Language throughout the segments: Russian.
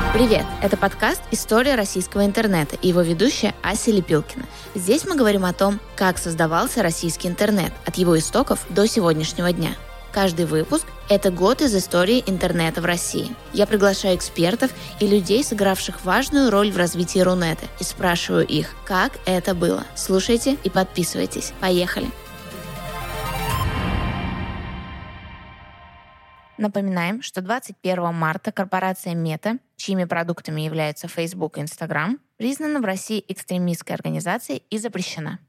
Привет! Это подкаст «История российского интернета» и его ведущая Ася Лепилкина. Здесь мы говорим о том, как создавался российский интернет от его истоков до сегодняшнего дня. Каждый выпуск – это год из истории интернета в России. Я приглашаю экспертов и людей, сыгравших важную роль в развитии Рунета, и спрашиваю их, как это было. Слушайте и подписывайтесь. Поехали! Напоминаем, что 21 марта корпорация Мета, чьими продуктами являются Facebook и Instagram, признана в России экстремистской организацией и запрещена.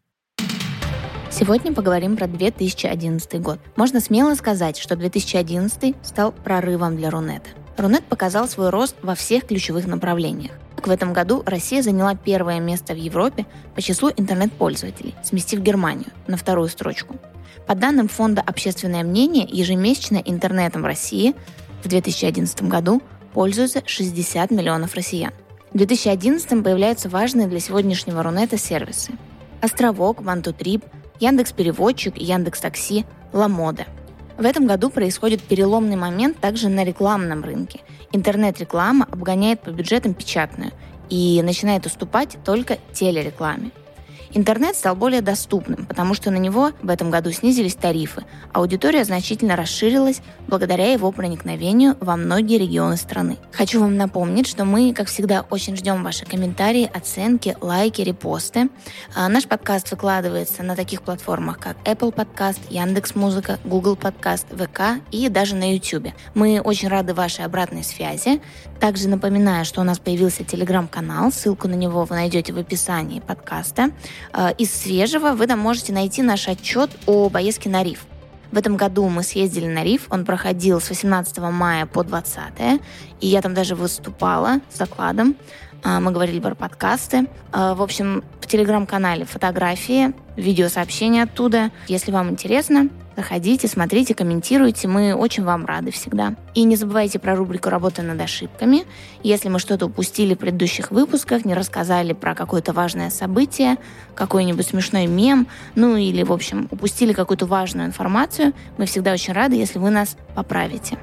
Сегодня поговорим про 2011 год. Можно смело сказать, что 2011 стал прорывом для Рунета. Рунет показал свой рост во всех ключевых направлениях. В этом году Россия заняла первое место в Европе по числу интернет-пользователей, сместив Германию на вторую строчку. По данным Фонда «Общественное мнение», ежемесячно интернетом в России в 2011 году пользуются 60 миллионов россиян. В 2011 появляются важные для сегодняшнего Рунета сервисы: Островок, One2Trip, Яндекс.Переводчик, Яндекс.Такси, Ламода. В этом году происходит переломный момент также на рекламном рынке. Интернет-реклама обгоняет по бюджетам печатную и начинает уступать только телерекламе. Интернет стал более доступным, потому что на него в этом году снизились тарифы, аудитория значительно расширилась благодаря его проникновению во многие регионы страны. Хочу вам напомнить, что мы, как всегда, очень ждем ваши комментарии, оценки, лайки, репосты. Наш подкаст выкладывается на таких платформах, как Apple Podcast, Яндекс.Музыка, Google Podcast, ВК и даже на YouTube. Мы очень рады вашей обратной связи. Также напоминаю, что у нас появился телеграм-канал, ссылку на него вы найдете в описании подкаста. Из свежего вы там можете найти наш отчет о поездке на Риф. В этом году мы съездили на Риф, он проходил с 18 мая по 20, и я там даже выступала с докладом. Мы говорили про подкасты. В общем, в телеграм-канале фотографии, видеосообщения оттуда. Если вам интересно, заходите, смотрите, комментируйте. Мы очень вам рады всегда. И не забывайте про рубрику «Работа над ошибками». Если мы что-то упустили в предыдущих выпусках, не рассказали про какое-то важное событие, какой-нибудь смешной мем, или, в общем, упустили какую-то важную информацию, мы всегда очень рады, если вы нас поправите.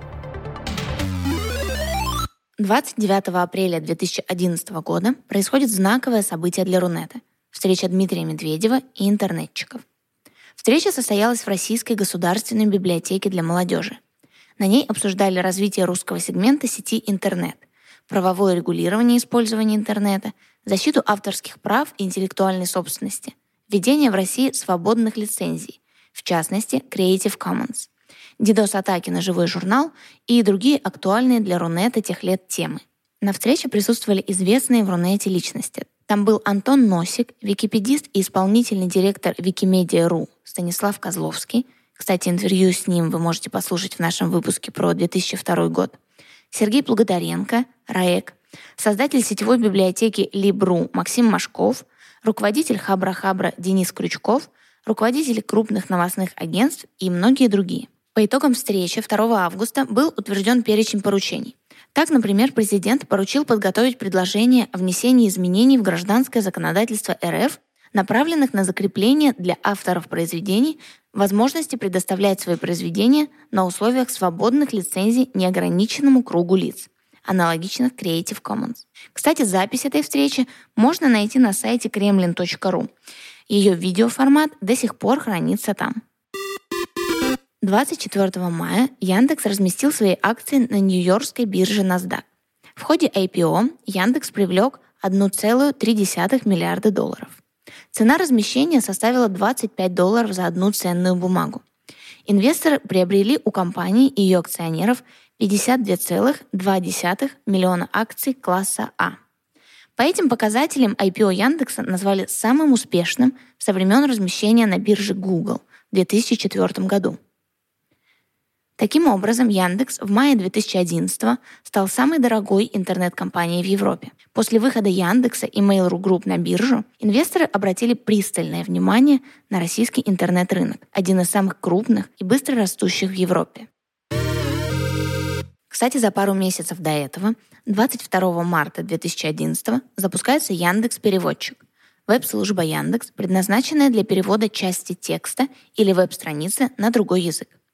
29 апреля 2011 года происходит знаковое событие для Рунета – встреча Дмитрия Медведева и интернетчиков. Встреча состоялась в Российской государственной библиотеке для молодежи. На ней обсуждали развитие русского сегмента сети интернет, правовое регулирование использования интернета, защиту авторских прав и интеллектуальной собственности, введение в России свободных лицензий, в частности Creative Commons, DDoS-атаки на живой журнал и другие актуальные для Рунета тех лет темы. На встрече присутствовали известные в Рунете личности. Там был Антон Носик, википедист и исполнительный директор Wikimedia.ru Станислав Козловский. Кстати, интервью с ним вы можете послушать в нашем выпуске про 2002 год. Сергей Плугодаренко, РАЭК, создатель сетевой библиотеки Либру Максим Машков, руководитель Хабра-Хабра Денис Крючков, руководители крупных новостных агентств и многие другие. По итогам встречи 2 августа был утвержден перечень поручений. Так, например, президент поручил подготовить предложение о внесении изменений в гражданское законодательство РФ, направленных на закрепление для авторов произведений возможности предоставлять свои произведения на условиях свободных лицензий неограниченному кругу лиц, аналогичных Creative Commons. Кстати, запись этой встречи можно найти на сайте kremlin.ru. Ее видеоформат до сих пор хранится там. 24 мая Яндекс разместил свои акции на нью-йоркской бирже NASDAQ. В ходе IPO Яндекс привлек $1,3 миллиарда. Цена размещения составила $25 за одну ценную бумагу. Инвесторы приобрели у компании и ее акционеров 52,2 миллиона акций класса А. По этим показателям IPO Яндекса назвали самым успешным со времен размещения на бирже Google в 2004 году. Таким образом, Яндекс в мае 2011 стал самой дорогой интернет-компанией в Европе. После выхода Яндекса и Mail.ru Group на биржу инвесторы обратили пристальное внимание на российский интернет-рынок, один из самых крупных и быстро растущих в Европе. Кстати, за пару месяцев до этого, 22 марта 2011 запускается Яндекс.Переводчик, веб-служба Яндекс, предназначенная для перевода части текста или веб-страницы на другой язык.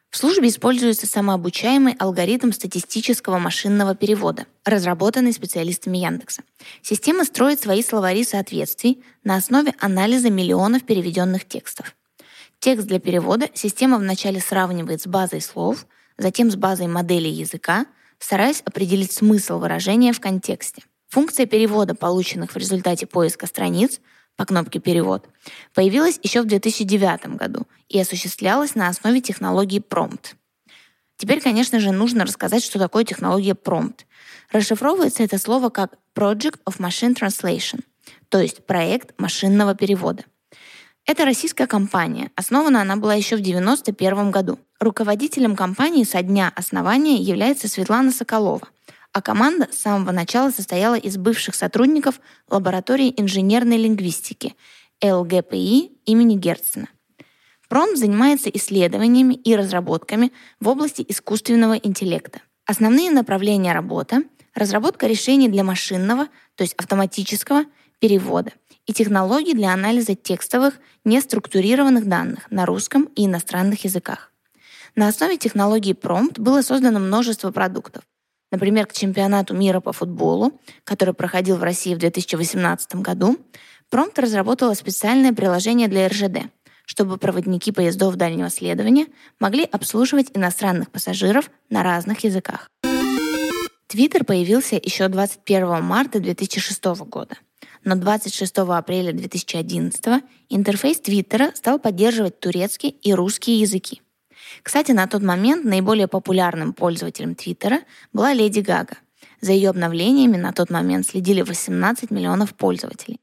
В службе используется самообучаемый алгоритм статистического машинного перевода, разработанный специалистами Яндекса. Система строит свои словари соответствий на основе анализа миллионов переведенных текстов. Текст для перевода система вначале сравнивает с базой слов, затем с базой моделей языка, стараясь определить смысл выражения в контексте. Функция перевода полученных в результате поиска страниц по кнопке «Перевод» появилась еще в 2009 году и осуществлялась на основе технологии Prompt. Теперь, конечно же, нужно рассказать, что такое технология Prompt. Расшифровывается это слово как Project of Machine Translation, то есть проект машинного перевода. Это российская компания. Основана она была еще в 1991 году. Руководителем компании со дня основания является Светлана Соколова, а команда с самого начала состояла из бывших сотрудников лаборатории инженерной лингвистики ЛГПИ имени Герцена. Prompt занимается исследованиями и разработками в области искусственного интеллекта. Основные направления работы — разработка решений для машинного, то есть автоматического, перевода и технологий для анализа текстовых, неструктурированных данных на русском и иностранных языках. На основе технологии Prompt было создано множество продуктов. Например, к чемпионату мира по футболу, который проходил в России в 2018 году, Prompt разработала специальное приложение для РЖД, чтобы проводники поездов дальнего следования могли обслуживать иностранных пассажиров на разных языках. Твиттер появился еще 21 марта 2006 года, но 26 апреля 2011 интерфейс Твиттера стал поддерживать турецкий и русский языки. Кстати, на тот момент наиболее популярным пользователем Твиттера была Леди Гага. За ее обновлениями на тот момент следили 18 миллионов пользователей.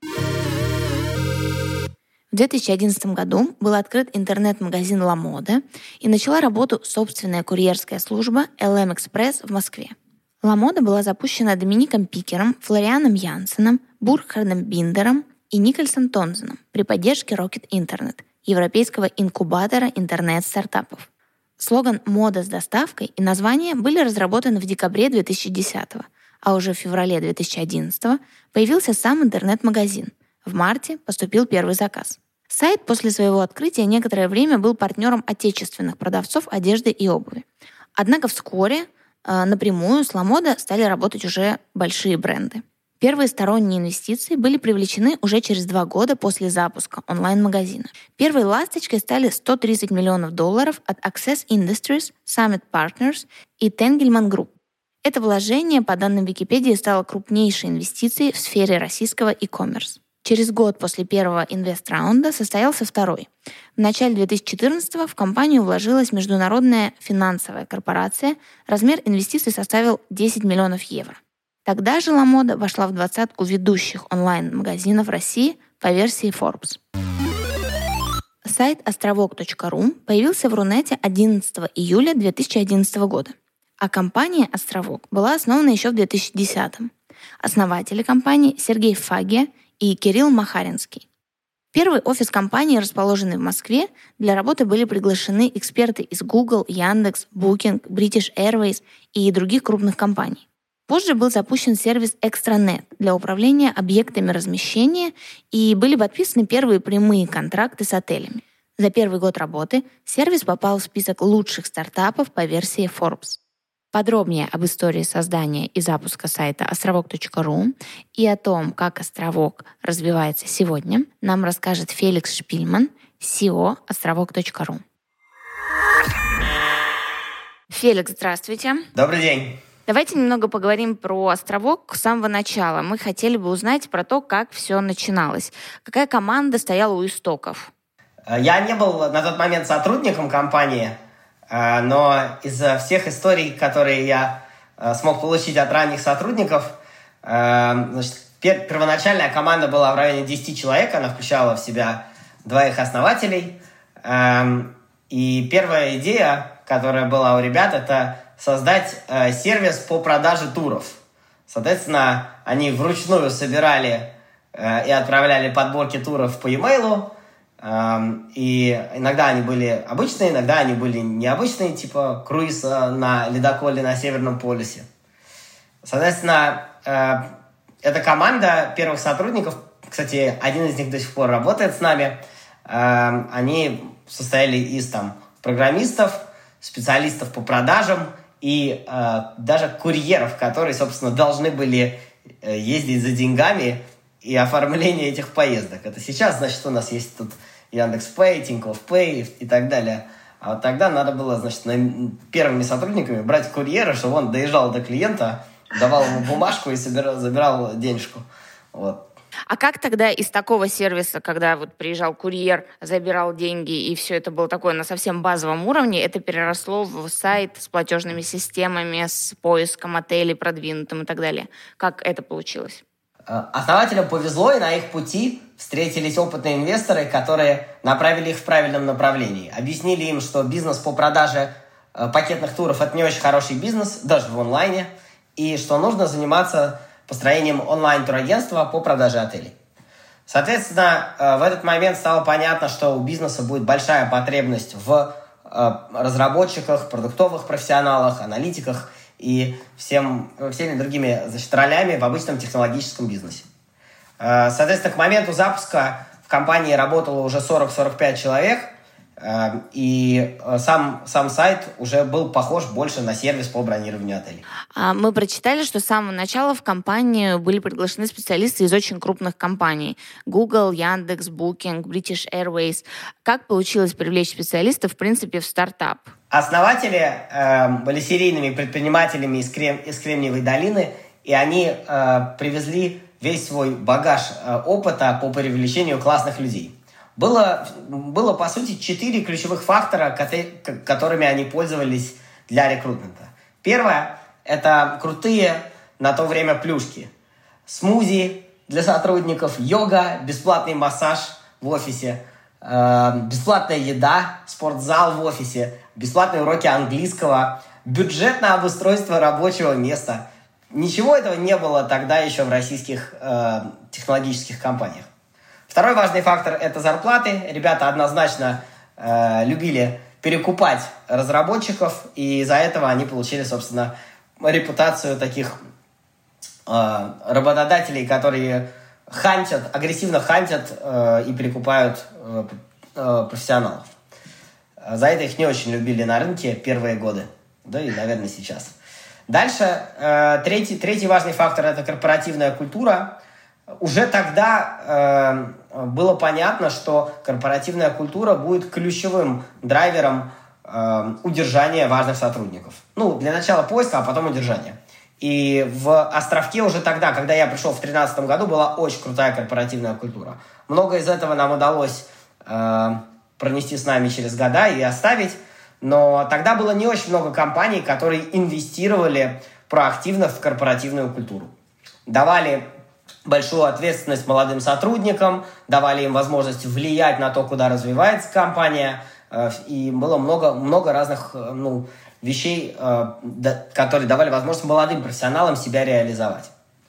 В 2011 году был открыт интернет-магазин «Ла Мода» и начала работу собственная курьерская служба LM Express в Москве. «Ла Мода» была запущена Домиником Пикером, Флорианом Янсеном, Бурхардом Биндером и Никольсом Тонзеном при поддержке Rocket Internet, европейского инкубатора интернет-стартапов. Слоган «Мода с доставкой» и название были разработаны в декабре 2010, а уже в феврале 2011 появился сам интернет-магазин. В марте поступил первый заказ. Сайт после своего открытия некоторое время был партнером отечественных продавцов одежды и обуви. Однако вскоре напрямую с «Ла Мода» стали работать уже большие бренды. Первые сторонние инвестиции были привлечены уже через 2 года после запуска онлайн-магазина. Первой ласточкой стали $130 миллионов от Access Industries, Summit Partners и Tengelmann Group. Это вложение, по данным Википедии, стало крупнейшей инвестицией в сфере российского e-commerce. Через год после первого инвест-раунда состоялся второй. В начале 2014-го в компанию вложилась международная финансовая корпорация, размер инвестиций составил 10 миллионов евро. Тогда же «Ла Мода» вошла в 20-ку ведущих онлайн-магазинов России по версии Forbes. Сайт островок.ру появился в Рунете 11 июля 2011 года, а компания «Островок» была основана еще в 2010-м. Основатели компании Сергей Фагия и Кирилл Махаринский. Первый офис компании, расположенный в Москве, для работы были приглашены эксперты из Google, Яндекс, Booking, British Airways и других крупных компаний. Позже был запущен сервис Extranet для управления объектами размещения и были подписаны первые прямые контракты с отелями. За первый год работы сервис попал в список лучших стартапов по версии Forbes. Подробнее об истории создания и запуска сайта островок.ру и о том, как Островок развивается сегодня, нам расскажет Феликс Шпильман, CEO островок.ру. Феликс, здравствуйте. Добрый день. Давайте немного поговорим про Островок с самого начала. Мы хотели бы узнать про то, как все начиналось. Какая команда стояла у истоков? Я не был на тот момент сотрудником компании, но из всех историй, которые я смог получить от ранних сотрудников, первоначальная команда была в районе 10 человек, она включала в себя 2 основателей. И первая идея, которая была у ребят, это создать сервис по продаже туров. Соответственно, они вручную собирали и отправляли подборки туров по e-mail. И иногда они были обычные, иногда они были необычные, типа круиз на ледоколе на Северном полюсе. Соответственно, эта команда первых сотрудников, кстати, один из них до сих пор работает с нами, они состояли из программистов, специалистов по продажам и даже курьеров, которые, собственно, должны были ездить за деньгами и оформление этих поездок. Это сейчас, значит, у нас есть тут Яндекс.Пэй, Тинькофф Пэй и так далее. А вот тогда надо было, значит, первыми сотрудниками брать курьера, чтобы он доезжал до клиента, давал ему бумажку и забирал денежку. Вот. А как тогда из такого сервиса, когда вот приезжал курьер, забирал деньги, и все это было такое на совсем базовом уровне, это переросло в сайт с платежными системами, с поиском отелей продвинутым и так далее? Как это получилось? Основателям повезло, и на их пути встретились опытные инвесторы, которые направили их в правильном направлении. Объяснили им, что бизнес по продаже пакетных туров – это не очень хороший бизнес, даже в онлайне, и что нужно заниматься построением онлайн-турагентства по продаже отелей. Соответственно, в этот момент стало понятно, что у бизнеса будет большая потребность в разработчиках, продуктовых профессионалах, аналитиках и всеми другими, значит, ролями в обычном технологическом бизнесе. Соответственно, к моменту запуска в компании работало уже 40-45 человек, и сам сайт уже был похож больше на сервис по бронированию отелей. Мы прочитали, что с самого начала в компанию были приглашены специалисты из очень крупных компаний. Google, Яндекс, Booking, British Airways. Как получилось привлечь специалистов, в принципе, в стартап? Основатели были серийными предпринимателями из Кремниевой долины, и они привезли весь свой багаж опыта по привлечению классных людей. Было, по сути, 4 ключевых фактора, которыми они пользовались для рекрутмента. Первое – это крутые на то время плюшки. Смузи для сотрудников, йога, бесплатный массаж в офисе, бесплатная еда, спортзал в офисе, бесплатные уроки английского, бюджет на обустройство рабочего места. Ничего этого не было тогда еще в российских технологических компаниях. Второй важный фактор – это зарплаты. Ребята однозначно любили перекупать разработчиков, и из-за этого они получили, собственно, репутацию таких работодателей, которые агрессивно хантят и перекупают профессионалов. За это их не очень любили на рынке первые годы, да и, наверное, сейчас. Дальше, третий важный фактор – это корпоративная культура. Уже тогда было понятно, что корпоративная культура будет ключевым драйвером удержания важных сотрудников. Ну, для начала поиска, а потом удержания. И в Островке уже тогда, когда я пришел в 2013 году, была очень крутая корпоративная культура. Много из этого нам удалось пронести с нами через года и оставить. Но тогда было не очень много компаний, которые инвестировали проактивно в корпоративную культуру. Давали большую ответственность молодым сотрудникам, давали им возможность влиять на то, куда развивается компания. И было много разных вещей, которые давали возможность молодым профессионалам себя реализовать.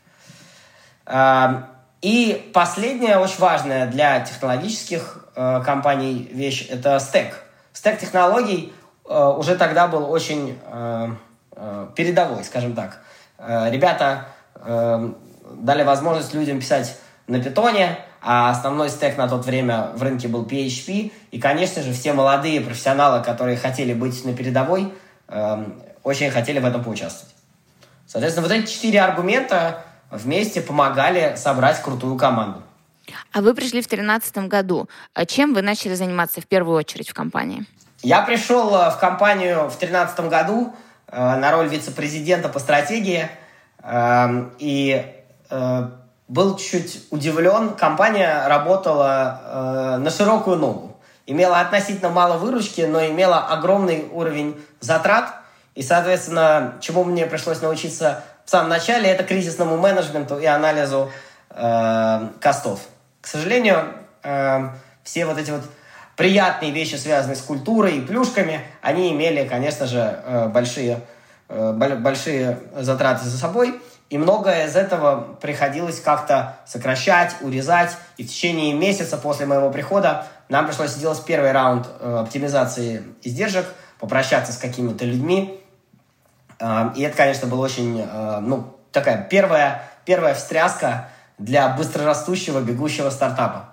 И последняя, очень важная для технологических компаний вещь – это стек. Стек технологий уже тогда был очень передовой, скажем так. Ребята дали возможность людям писать на питоне, а основной стек на то время в рынке был PHP. И, конечно же, все молодые профессионалы, которые хотели быть на передовой, очень хотели в этом поучаствовать. Соответственно, вот эти 4 аргумента вместе помогали собрать крутую команду. А вы пришли в 2013 году. Чем вы начали заниматься в первую очередь в компании? Я пришел в компанию в 2013 году на роль вице-президента по стратегии. И был чуть удивлен. Компания работала на широкую ногу. Имела относительно мало выручки, но имела огромный уровень затрат. И, соответственно, чему мне пришлось научиться в самом начале, это кризисному менеджменту и анализу костов. К сожалению, все вот эти вот приятные вещи, связанные с культурой и плюшками, они имели, конечно же, большие затраты за собой. И многое из этого приходилось как-то сокращать, урезать. И в течение месяца после моего прихода нам пришлось сделать первый раунд оптимизации издержек, попрощаться с какими-то людьми. И это, конечно, была очень такая первая встряска для быстрорастущего, бегущего стартапа.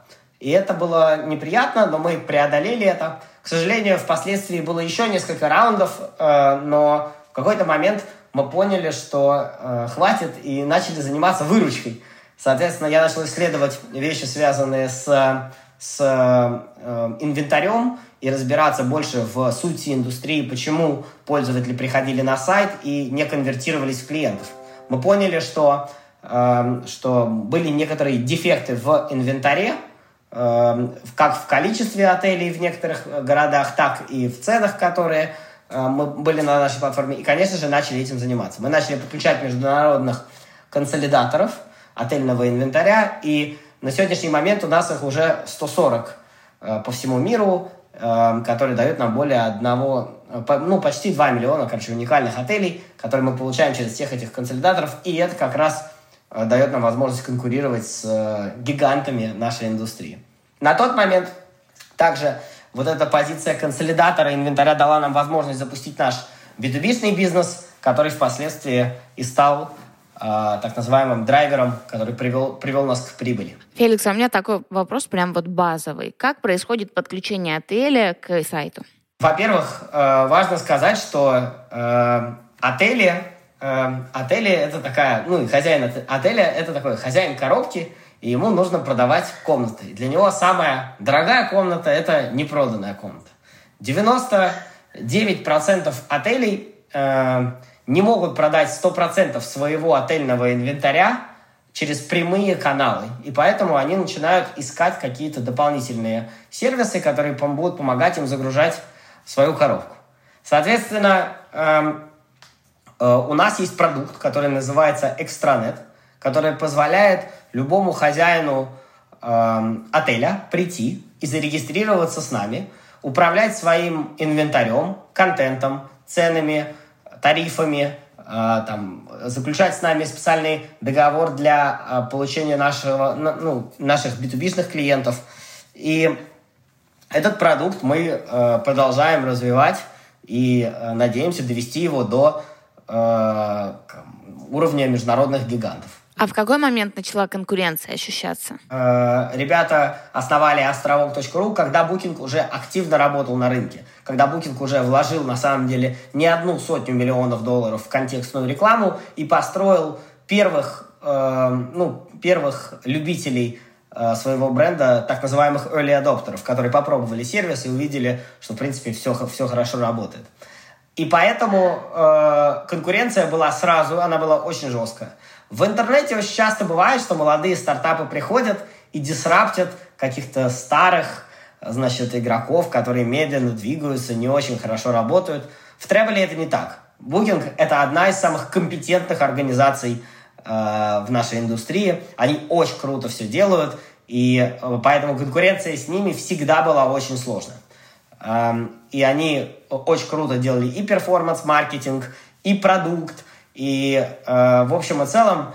И это было неприятно, но мы преодолели это. К сожалению, впоследствии было еще несколько раундов, но в какой-то момент мы поняли, что хватит, и начали заниматься выручкой. Соответственно, я начал исследовать вещи, связанные с инвентарем, и разбираться больше в сути индустрии, почему пользователи приходили на сайт и не конвертировались в клиентов. Мы поняли, что были некоторые дефекты в инвентаре, как в количестве отелей в некоторых городах, так и в ценах, которые мы были на нашей платформе. И, конечно же, начали этим заниматься. Мы начали подключать международных консолидаторов отельного инвентаря, и на сегодняшний момент у нас их уже 140 по всему миру, которые дают нам более почти 2 миллиона, уникальных отелей, которые мы получаем через всех этих консолидаторов, и это как раз дает нам возможность конкурировать с гигантами нашей индустрии. На тот момент также вот эта позиция консолидатора инвентаря дала нам возможность запустить наш B2B-шный бизнес, который впоследствии и стал так называемым драйвером, который привел нас к прибыли. Феликс, а у меня такой вопрос прям вот базовый. Как происходит подключение отеля к сайту? Во-первых, важно сказать, что отели это такая, хозяин отеля это такой хозяин коробки, и ему нужно продавать комнаты. И для него самая дорогая комната – это непроданная комната. 99% отелей не могут продать 100% своего отельного инвентаря через прямые каналы. И поэтому они начинают искать какие-то дополнительные сервисы, которые будут помогать им загружать свою коробку. Соответственно, у нас есть продукт, который называется Extranet, который позволяет любому хозяину отеля прийти и зарегистрироваться с нами, управлять своим инвентарем, контентом, ценами, тарифами, заключать с нами специальный договор для получения наших B2B-шных клиентов. И этот продукт мы продолжаем развивать и надеемся довести его до уровня международных гигантов. А в какой момент начала конкуренция ощущаться? Ребята основали островок.ру, когда Booking уже активно работал на рынке, когда Booking уже вложил, на самом деле, не одну сотню миллионов долларов в контекстную рекламу и построил первых любителей своего бренда, так называемых early adopterов, которые попробовали сервис и увидели, что, в принципе, все хорошо работает. И поэтому конкуренция была сразу, она была очень жесткая. В интернете очень часто бывает, что молодые стартапы приходят и дисраптят каких-то старых, игроков, которые медленно двигаются, не очень хорошо работают. В тревеле это не так. Booking – это одна из самых компетентных организаций в нашей индустрии. Они очень круто все делают, и поэтому конкуренция с ними всегда была очень сложная. И они очень круто делали и перформанс-маркетинг, и продукт, и в общем и целом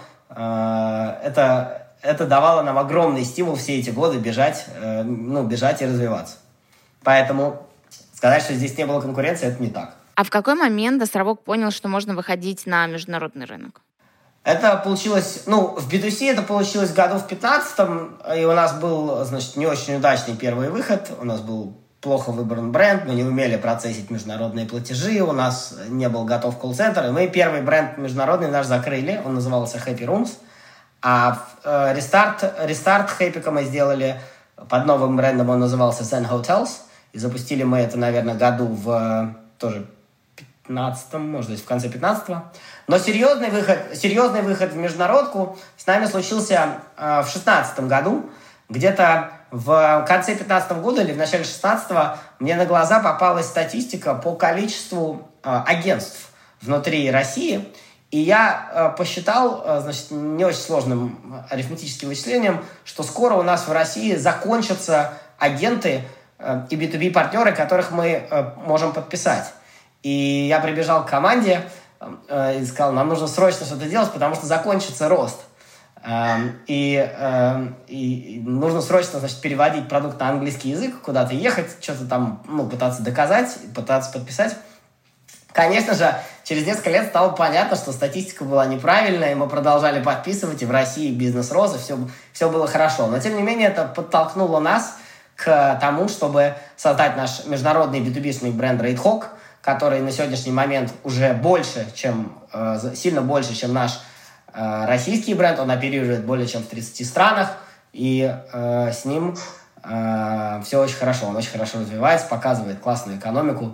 это давало нам огромный стимул все эти годы бежать и развиваться. Поэтому сказать, что здесь не было конкуренции, это не так. А в какой момент Островок понял, что можно выходить на международный рынок? Это получилось, в B2C это получилось году в 2015, и у нас был, не очень удачный первый выход, у нас был плохо выбран бренд, мы не умели процессить международные платежи, у нас не был готов колл-центр, и мы первый бренд международный наш закрыли, он назывался Happy Rooms, а рестарт Happy мы сделали под новым брендом, он назывался Zen Hotels, и запустили мы это, наверное, году в тоже 15-м, может быть, в конце 15-го. Но серьезный выход в международку с нами случился в 16-м году, где-то в конце 2015 года или в начале 2016 мне на глаза попалась статистика по количеству агентств внутри России, и я посчитал, не очень сложным арифметическим вычислением, что скоро у нас в России закончатся агенты и B2B-партнеры, которых мы можем подписать. И я прибежал к команде и сказал, нам нужно срочно что-то делать, потому что закончится рост. И нужно срочно, переводить продукт на английский язык, куда-то ехать, что-то там, пытаться доказать, пытаться подписать. Конечно же, через несколько лет стало понятно, что статистика была неправильная, и мы продолжали подписывать, и в России бизнес рос, и все было хорошо. Но, тем не менее, это подтолкнуло нас к тому, чтобы создать наш международный B2B-шный бренд RateHawk, который на сегодняшний момент уже сильно больше, чем наш российский бренд. Он оперирует более чем в 30 странах, и с ним все очень хорошо. Он очень хорошо развивается, показывает классную экономику,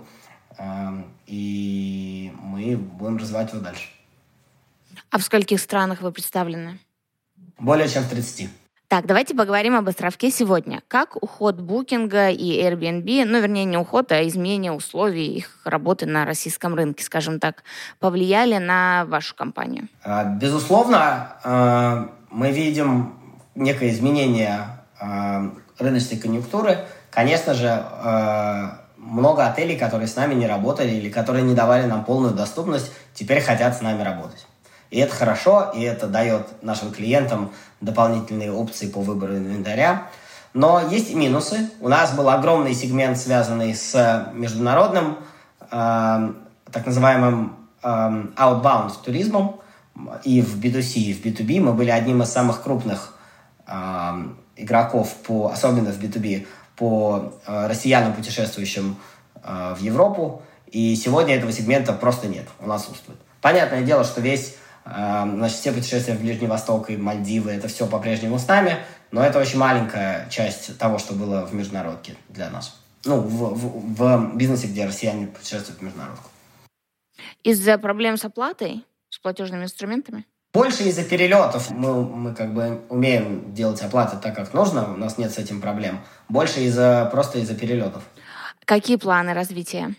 и мы будем развивать его дальше. А в скольких странах вы представлены? Более чем в 30. Так, давайте поговорим об островке сегодня. Как уход букинга и Airbnb, вернее, не уход, а изменение условий их работы на российском рынке, скажем так, повлияли на вашу компанию? Безусловно, мы видим некое изменение рыночной конъюнктуры. Конечно же, много отелей, которые с нами не работали или которые не давали нам полную доступность, теперь хотят с нами работать. И это хорошо, и это дает нашим клиентам дополнительные опции по выбору инвентаря. Но есть и минусы. У нас был огромный сегмент, связанный с международным, так называемым outbound туризмом. И в B2C, и в B2B мы были одним из самых крупных игроков, особенно в B2B, по россиянам, путешествующим в Европу. И сегодня этого сегмента просто нет, он отсутствует. Понятное дело, что все путешествия в Ближний Восток и Мальдивы, это все по-прежнему с нами, но это очень маленькая часть того, что было в международке для нас. В бизнесе, где россияне путешествуют в международку. Из-за проблем с оплатой, с платежными инструментами? Больше из-за перелетов. Мы умеем делать оплаты так, как нужно, у нас нет с этим проблем. Больше просто из-за перелетов. Какие планы развития?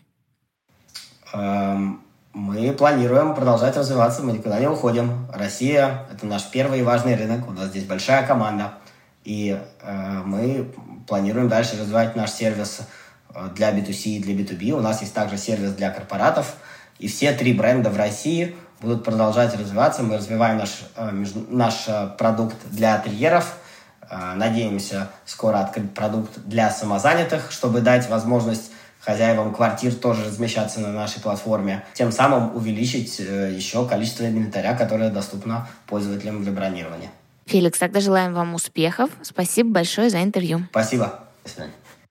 Мы планируем продолжать развиваться, мы никуда не уходим. Россия – это наш первый и важный рынок, у нас здесь большая команда. И мы планируем дальше развивать наш сервис для B2C и для B2B. У нас есть также сервис для корпоратов. И все 3 бренда в России будут продолжать развиваться. Мы развиваем наш продукт для ательеров. Надеемся скоро открыть продукт для самозанятых, чтобы дать возможность хозяевам квартир тоже размещаться на нашей платформе, тем самым увеличить еще количество инвентаря, которое доступно пользователям для бронирования. Феликс, тогда желаем вам успехов. Спасибо большое за интервью. Спасибо. До свидания.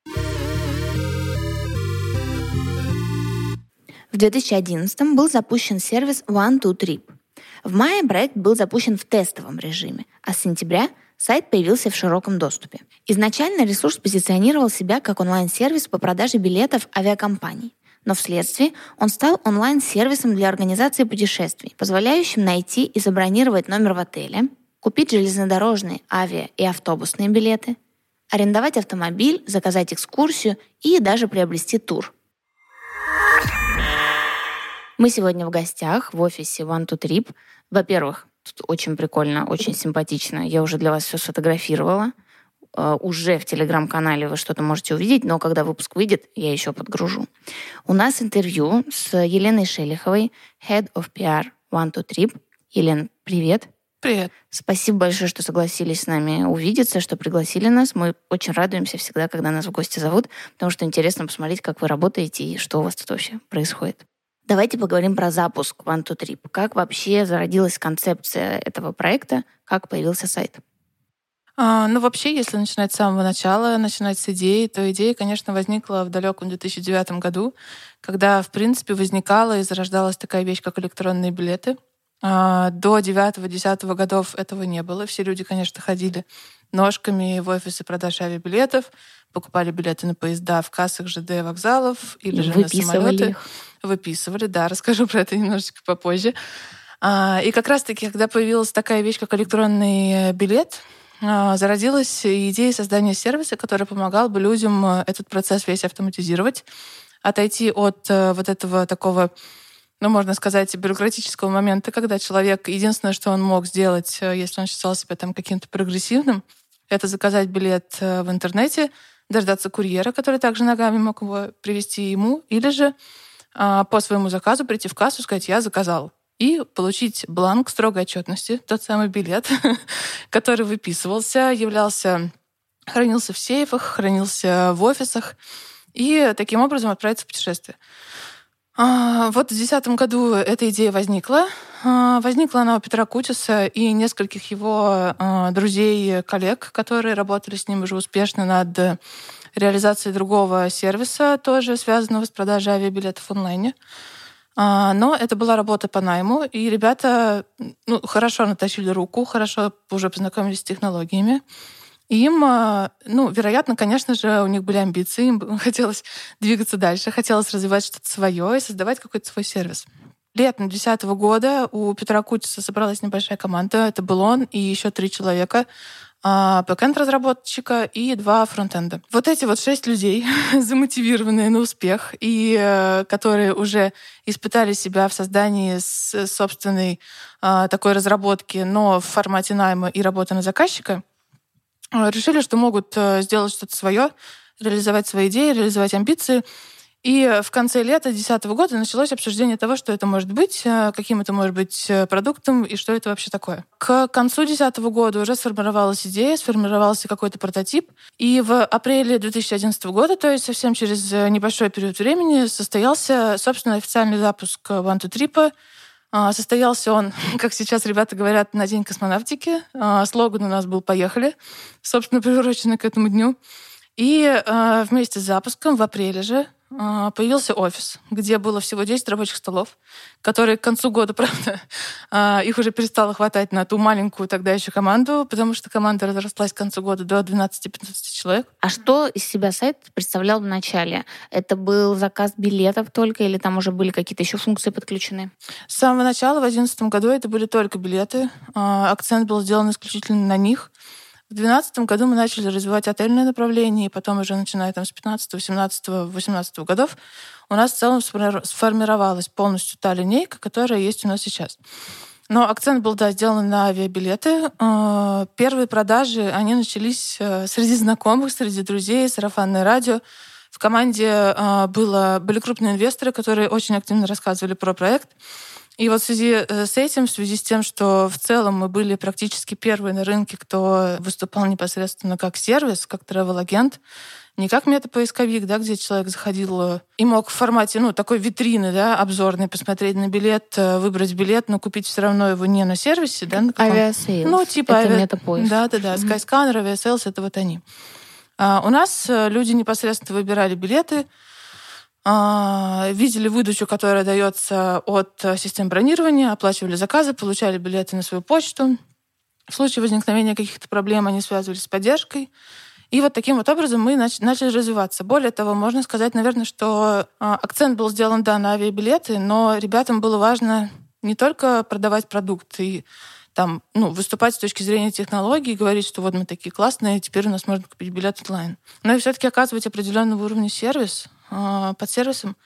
В 2011 был запущен сервис One2Trip. В мае проект был запущен в тестовом режиме, а с сентября сайт появился в широком доступе. Изначально ресурс позиционировал себя как онлайн-сервис по продаже билетов авиакомпаний, но вследствие он стал онлайн-сервисом для организации путешествий, позволяющим найти и забронировать номер в отеле, купить железнодорожные, авиа и автобусные билеты, арендовать автомобиль, заказать экскурсию и даже приобрести тур. Мы сегодня в гостях в офисе One2Trip. Во-первых, тут очень прикольно, очень симпатично. Я уже для вас все сфотографировала. Уже в Телеграм-канале вы что-то можете увидеть, но когда выпуск выйдет, я еще подгружу. У нас интервью с Еленой Шелиховой, Head of PR One2Trip. Елена, привет. Привет. Спасибо большое, что согласились с нами увидеться, что пригласили нас. Мы очень радуемся всегда, когда нас в гости зовут, потому что интересно посмотреть, как вы работаете и что у вас тут вообще происходит. Давайте поговорим про запуск One2Trip. Как вообще зародилась концепция этого проекта? Как появился сайт? Вообще, если начинать с самого начала, начинать с идеи, то идея, конечно, возникла в далеком 2009 году, когда, в принципе, возникала и зарождалась такая вещь, как электронные билеты. До 9-10 годов этого не было. Все люди, конечно, ходили ножками в офисы продаж авиабилетов, покупали билеты на поезда в кассах ЖД вокзалов или же на самолеты. Их. Выписывали, да, расскажу про это немножечко попозже. И как раз-таки, когда появилась такая вещь, как электронный билет, зародилась идея создания сервиса, который помогал бы людям этот процесс весь автоматизировать, отойти от вот этого такого, можно сказать, бюрократического момента, когда человек, единственное, что он мог сделать, если он считал себя там каким-то прогрессивным, это заказать билет в интернете, дождаться курьера, который также ногами мог его привезти ему, или же по своему заказу прийти в кассу, сказать «я заказал», и получить бланк строгой отчетности, тот самый билет, который выписывался, хранился в сейфах, хранился в офисах, и таким образом отправиться в путешествие. Вот в 2010 году эта идея возникла. Возникла она у Петра Кутиса и нескольких его друзей, коллег, которые работали с ним уже успешно над реализацией другого сервиса, тоже связанного с продажей авиабилетов в онлайне. Но это была работа по найму, и ребята хорошо натащили руку, хорошо уже познакомились с технологиями. И им, вероятно, конечно же, у них были амбиции, им хотелось двигаться дальше, хотелось развивать что-то свое и создавать какой-то свой сервис. Летом 2010 года у Петра Кутиса собралась небольшая команда. Это был он и еще 3 человека. Бэкэнд-разработчика и 2 фронтенда. Вот эти 6 людей, замотивированные на успех, и которые уже испытали себя в создании собственной такой разработки, но в формате найма и работы на заказчика, решили, что могут сделать что-то свое, реализовать свои идеи, реализовать амбиции. И в конце лета 2010 года началось обсуждение того, что это может быть, каким это может быть продуктом и что это вообще такое. К концу 2010 года уже сформировалась идея, сформировался какой-то прототип. И в апреле 2011 года, то есть совсем через небольшой период времени, состоялся, собственно, официальный запуск OneTwoTrip. Состоялся он, как сейчас ребята говорят, на День космонавтики. Слоган у нас был «Поехали», собственно, приуроченный к этому дню. И вместе с запуском в апреле же появился офис, где было всего 10 рабочих столов, которые к концу года, правда, их уже перестало хватать на ту маленькую тогда еще команду, потому что команда разрослась к концу года до 12-15 человек. А что из себя сайт представлял в начале? Это был заказ билетов только или там уже были какие-то еще функции подключены? С самого начала, в 2011 году, это были только билеты. Акцент был сделан исключительно на них. В 2012 году мы начали развивать отельное направление, и потом уже начиная с 15, 17, 18 годов у нас в целом сформировалась полностью та линейка, которая есть у нас сейчас. Но акцент был, сделан на авиабилеты. Первые продажи, они начались среди знакомых, среди друзей, сарафанное радио. В команде были крупные инвесторы, которые очень активно рассказывали про проект. И в связи с этим, в связи с тем, что в целом мы были практически первые на рынке, кто выступал непосредственно как сервис, как travel-агент, не как метапоисковик, где человек заходил и мог в формате такой витрины, обзорной, посмотреть на билет, выбрать билет, но купить все равно его не на сервисе. Авиасейлс. Это метапоиск. Да. Skyscanner, Aviasales — это они. У нас люди непосредственно выбирали билеты, видели выдачу, которая дается от систем бронирования, оплачивали заказы, получали билеты на свою почту. В случае возникновения каких-то проблем они связывались с поддержкой. И таким образом мы начали развиваться. Более того, можно сказать, наверное, что акцент был сделан, на авиабилеты, но ребятам было важно не только продавать продукт и выступать с точки зрения технологий, говорить, что мы такие классные, теперь у нас можно купить билет онлайн. Но и все-таки оказывать определенного уровня сервис под сервисом.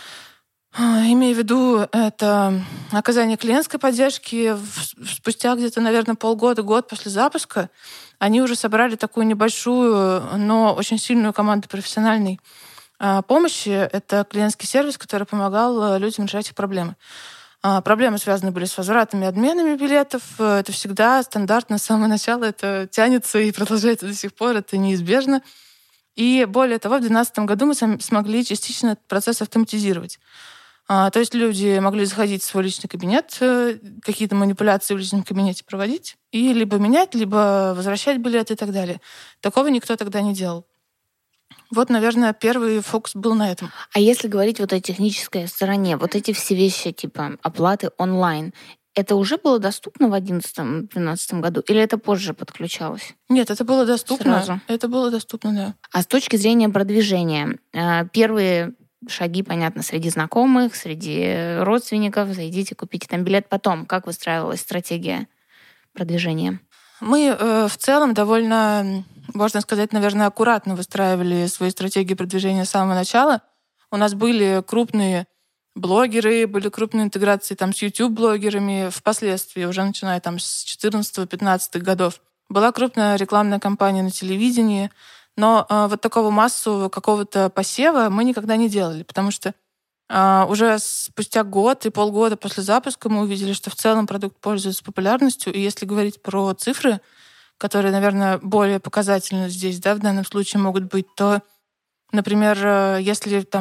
Имея в виду это оказание клиентской поддержки, спустя где-то, наверное, полгода, год после запуска, они уже собрали такую небольшую, но очень сильную команду профессиональной помощи. Это клиентский сервис, который помогал людям решать их проблемы. Проблемы связаны были с возвратами и обменами билетов. Это всегда стандартно с самого начала. Это тянется и продолжается до сих пор. Это неизбежно. И более того, в 2012 году мы смогли частично этот процесс автоматизировать. То есть люди могли заходить в свой личный кабинет, какие-то манипуляции в личном кабинете проводить, и либо менять, либо возвращать билеты и так далее. Такого никто тогда не делал. Наверное, первый фокус был на этом. А если говорить о технической стороне, эти все вещи типа оплаты онлайн, это уже было доступно в 2011-2012 году? Или это позже подключалось? Нет, это было доступно. Сразу? Это было доступно, да. А с точки зрения продвижения, первые шаги, понятно, среди знакомых, среди родственников, зайдите, купите там билет. Потом, как выстраивалась стратегия продвижения? Мы в целом довольно, можно сказать, наверное, аккуратно выстраивали свои стратегии продвижения с самого начала. У нас были крупные блогеры, были крупные интеграции с YouTube-блогерами впоследствии, уже начиная с 14-15 годов. Была крупная рекламная кампания на телевидении, но такого массового какого-то посева мы никогда не делали, потому что уже спустя год и полгода после запуска мы увидели, что в целом продукт пользуется популярностью. И если говорить про цифры, которые, наверное, более показательны здесь, в данном случае могут быть, то, например, если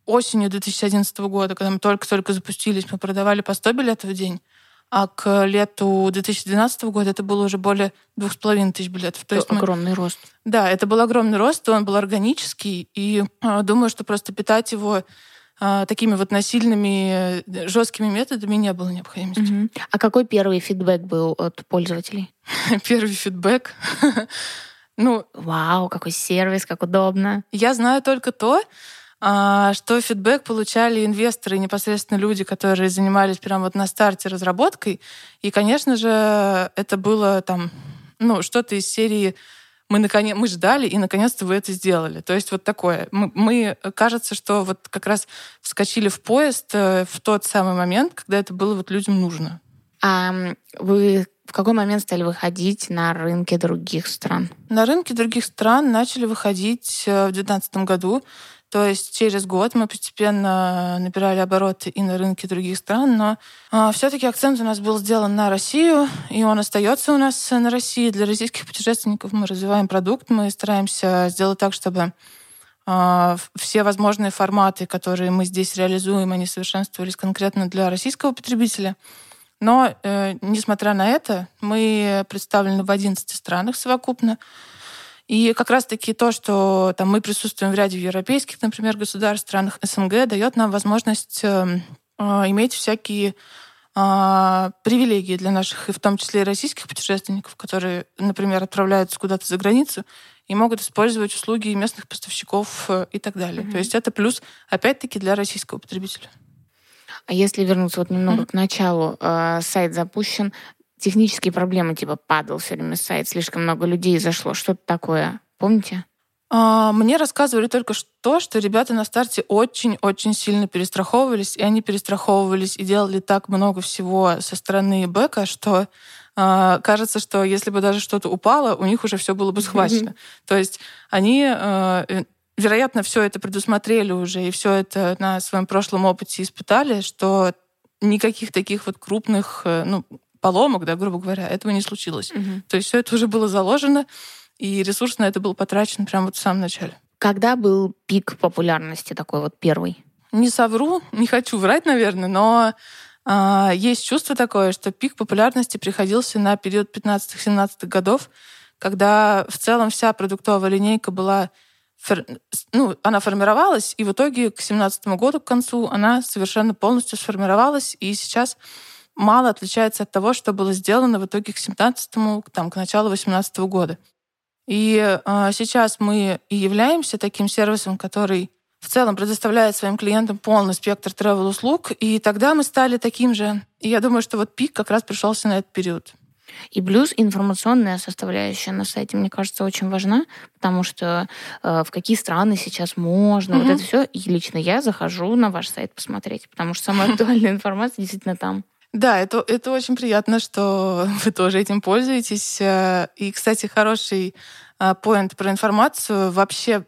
осенью 2011 года, когда мы только-только запустились, мы продавали по 100 билетов в день, а к лету 2012 года это было уже более 2500 билетов. То есть огромный рост. Да, это был огромный рост, он был органический, и думаю, что просто питать его такими вот насильными, жесткими методами не было необходимости. Угу. А какой первый фидбэк был от пользователей? Первый фидбэк? Вау, какой сервис, как удобно. Я знаю только то, что фидбэк получали инвесторы, непосредственно люди, которые занимались прямо вот на старте разработкой. И, конечно же, это было там, что-то из серии мы ждали, и наконец-то вы это сделали. То есть вот такое. Мы кажется, что вот как раз вскочили в поезд в тот самый момент, когда это было вот людям нужно. А вы в какой момент стали выходить на рынки других стран? На рынки других стран начали выходить в 2019 году. То есть через год мы постепенно набирали обороты и на рынке других стран, но все-таки акцент у нас был сделан на Россию, и он остается у нас на России. Для российских путешественников мы развиваем продукт, мы стараемся сделать так, чтобы все возможные форматы, которые мы здесь реализуем, они совершенствовались конкретно для российского потребителя. Но, несмотря на это, мы представлены в 11 странах совокупно. И как раз-таки то, что там, мы присутствуем в ряде европейских, например, государств, странах СНГ, дает нам возможность иметь всякие привилегии для наших, и в том числе и российских путешественников, которые, например, отправляются куда-то за границу и могут использовать услуги местных поставщиков и так далее. То есть это плюс, опять-таки, для российского потребителя. А если вернуться вот немного к началу, сайт запущен, технические проблемы, типа падал все время сайт, слишком много людей зашло, что-то такое, помните? Мне рассказывали только что ребята на старте очень-очень сильно перестраховывались, и они перестраховывались и делали так много всего со стороны бэка, что кажется, что если бы даже что-то упало, у них уже все было бы схвачено. То есть они, вероятно, все это предусмотрели уже, и все это на своем прошлом опыте испытали, что никаких таких вот крупных, поломок, да, грубо говоря, этого не случилось. То есть все это уже было заложено, и ресурс на это был потрачен прямо вот в самом начале. Когда был пик популярности такой вот первый? Не совру, не хочу врать, наверное, но есть чувство такое, что пик популярности приходился на период 15-17 годов, когда в целом вся продуктовая линейка была, она формировалась, и в итоге к 2017 году, к концу, она совершенно полностью сформировалась, и сейчас мало отличается от того, что было сделано в итоге к 2017-му, к началу 2018 года. И сейчас мы и являемся таким сервисом, который в целом предоставляет своим клиентам полный спектр travel-услуг, и тогда мы стали таким же. И я думаю, что вот пик как раз пришелся на этот период. И плюс информационная составляющая на сайте, мне кажется, очень важна, потому что в какие страны сейчас можно, вот это все. И лично я захожу на ваш сайт посмотреть, потому что самая актуальная информация действительно там. Да, это очень приятно, что вы тоже этим пользуетесь. И, кстати, хороший поинт про информацию. Вообще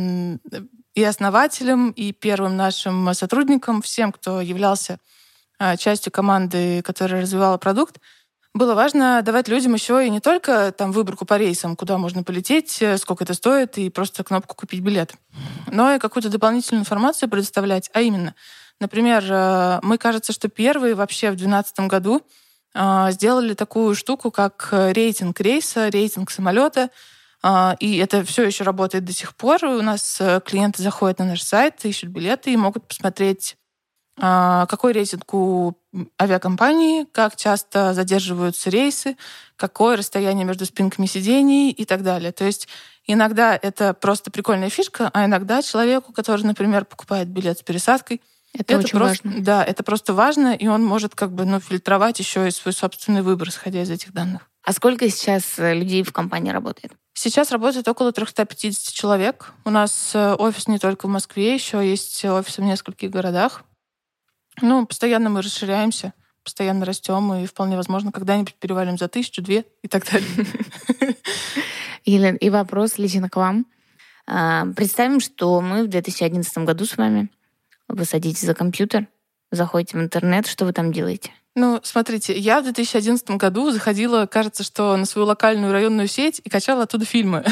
и основателям, и первым нашим сотрудникам, всем, кто являлся частью команды, которая развивала продукт, было важно давать людям еще и не только там выборку по рейсам, куда можно полететь, сколько это стоит, и просто кнопку «Купить билет», но и какую-то дополнительную информацию предоставлять. А именно, например, мы, кажется, что первые вообще в 2012 году сделали такую штуку, как рейтинг рейса, рейтинг самолета, и это все еще работает до сих пор. У нас клиенты заходят на наш сайт, ищут билеты и могут посмотреть, какой рейтинг у авиакомпании, как часто задерживаются рейсы, какое расстояние между спинками сидений и так далее. То есть иногда это просто прикольная фишка, а иногда человеку, который, например, покупает билет с пересадкой, это очень просто, важно. Да, это просто важно, и он может фильтровать еще и свой собственный выбор, исходя из этих данных. А сколько сейчас людей в компании работает? Сейчас работает около 350 человек. У нас офис не только в Москве, еще есть офисы в нескольких городах. Постоянно мы расширяемся, постоянно растем, и вполне возможно, когда-нибудь перевалим за 1000, 2 и так далее. Елена, и вопрос лично к вам. Представим, что мы в 2011 году с вами. Вы садитесь за компьютер, заходите в интернет, что вы там делаете? Ну, смотрите, я в 2011 году заходила, кажется, что на свою локальную районную сеть и качала оттуда фильмы.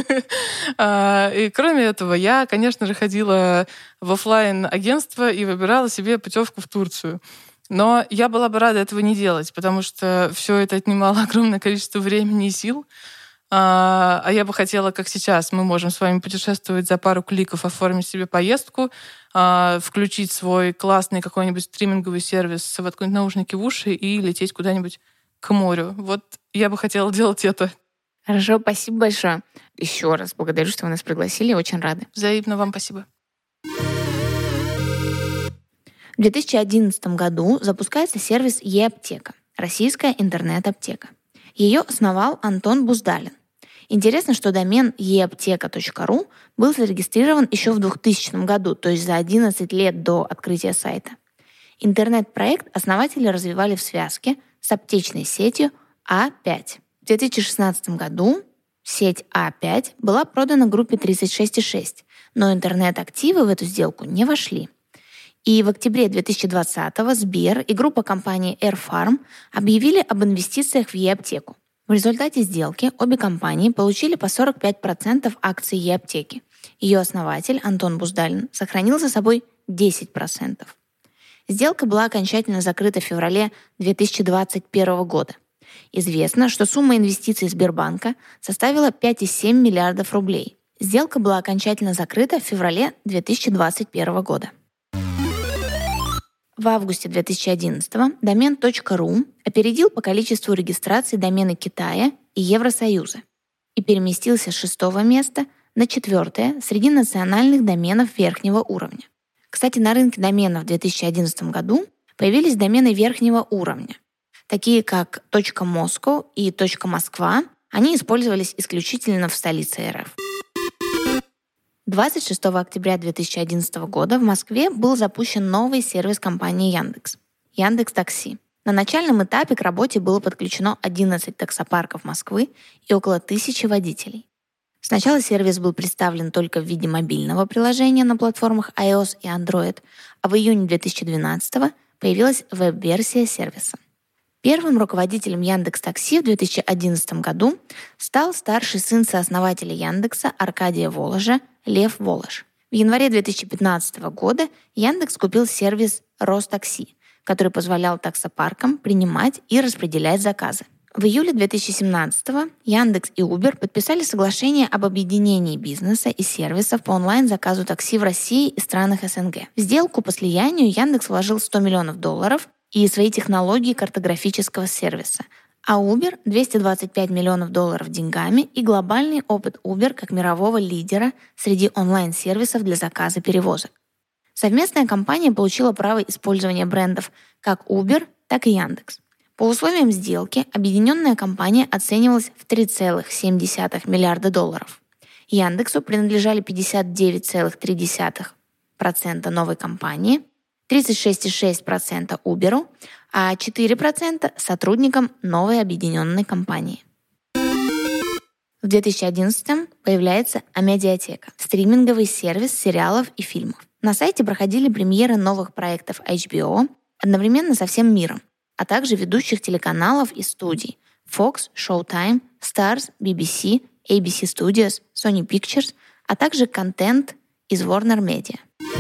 И кроме этого, я, конечно же, ходила в офлайн-агентство и выбирала себе путевку в Турцию. Но я была бы рада этого не делать, потому что все это отнимало огромное количество времени и сил. А я бы хотела, как сейчас, мы можем с вами путешествовать за пару кликов, оформить себе поездку, включить свой классный какой-нибудь стриминговый сервис, воткнуть наушники в уши и лететь куда-нибудь к морю. Вот я бы хотела делать это. Хорошо, спасибо большое. Еще раз благодарю, что вы нас пригласили, очень рады. Взаимно вам спасибо. В 2011 году запускается сервис e-аптека, российская интернет-аптека. Ее основал Антон Буздалин. Интересно, что домен eapteka.ru был зарегистрирован еще в 2000 году, то есть за 11 лет до открытия сайта. Интернет-проект основатели развивали в связке с аптечной сетью А5. В 2016 году сеть А5 была продана группе 36,6, но интернет-активы в эту сделку не вошли. И в октябре 2020-го Сбер и группа компаний AirFarm объявили об инвестициях в e-аптеку. В результате сделки обе компании получили по 45% акций e-аптеки. Ее основатель Антон Буздалин сохранил за собой 10%. Сделка была окончательно закрыта в феврале 2021 года. Известно, что сумма инвестиций Сбербанка составила 5,7 миллиардов рублей. Сделка была окончательно закрыта в феврале 2021 года. В августе 2011-го домен .ru опередил по количеству регистраций домены Китая и Евросоюза и переместился с 6-го места на 4-е среди национальных доменов верхнего уровня. Кстати, на рынке доменов в 2011 году появились домены верхнего уровня, такие как .moscow и .москва. Они использовались исключительно в столице РФ. 26 октября 2011 года в Москве был запущен новый сервис компании Яндекс – Яндекс.Такси. На начальном этапе к работе было подключено 11 таксопарков Москвы и около 1000 водителей. Сначала сервис был представлен только в виде мобильного приложения на платформах iOS и Android, а в июне 2012 появилась веб-версия сервиса. Первым руководителем Яндекс.Такси в 2011 году стал старший сын сооснователя Яндекса Аркадия Воложа Лев Волож. В январе 2015 года Яндекс купил сервис Ростакси, который позволял таксопаркам принимать и распределять заказы. В июле 2017 Яндекс и Uber подписали соглашение об объединении бизнеса и сервисов по онлайн-заказу такси в России и странах СНГ. В сделку по слиянию Яндекс вложил $100 миллионов и свои технологии картографического сервиса, а Uber — $225 миллионов деньгами и глобальный опыт Uber как мирового лидера среди онлайн-сервисов для заказа перевозок. Совместная компания получила право использования брендов как Uber, так и Яндекс. По условиям сделки объединенная компания оценивалась в $3,7 миллиарда. Яндексу принадлежали 59,3% новой компании, 36,6% Uber, а 4% сотрудникам новой объединенной компании. В 2011 появляется Амедиатека – стриминговый сервис сериалов и фильмов. На сайте проходили премьеры новых проектов HBO одновременно со всем миром, а также ведущих телеканалов и студий Fox, Showtime, Starz, BBC, ABC Studios, Sony Pictures, а также контент из Warner Media.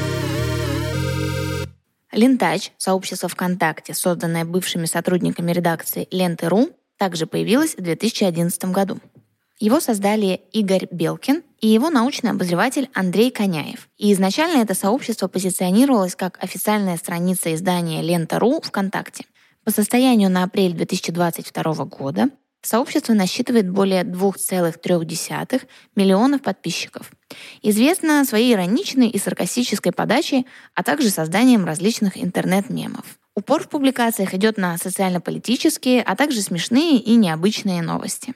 Лентач, сообщество ВКонтакте, созданное бывшими сотрудниками редакции Ленты.ру, также появилось в 2011 году. Его создали Игорь Белкин и его научный обозреватель Андрей Коняев. И изначально это сообщество позиционировалось как официальная страница издания Лента.ру ВКонтакте. По состоянию на апрель 2022 года сообщество насчитывает более 2,3 миллионов подписчиков. Известно своей ироничной и саркастической подачей, а также созданием различных интернет-мемов. Упор в публикациях идет на социально-политические, а также смешные и необычные новости.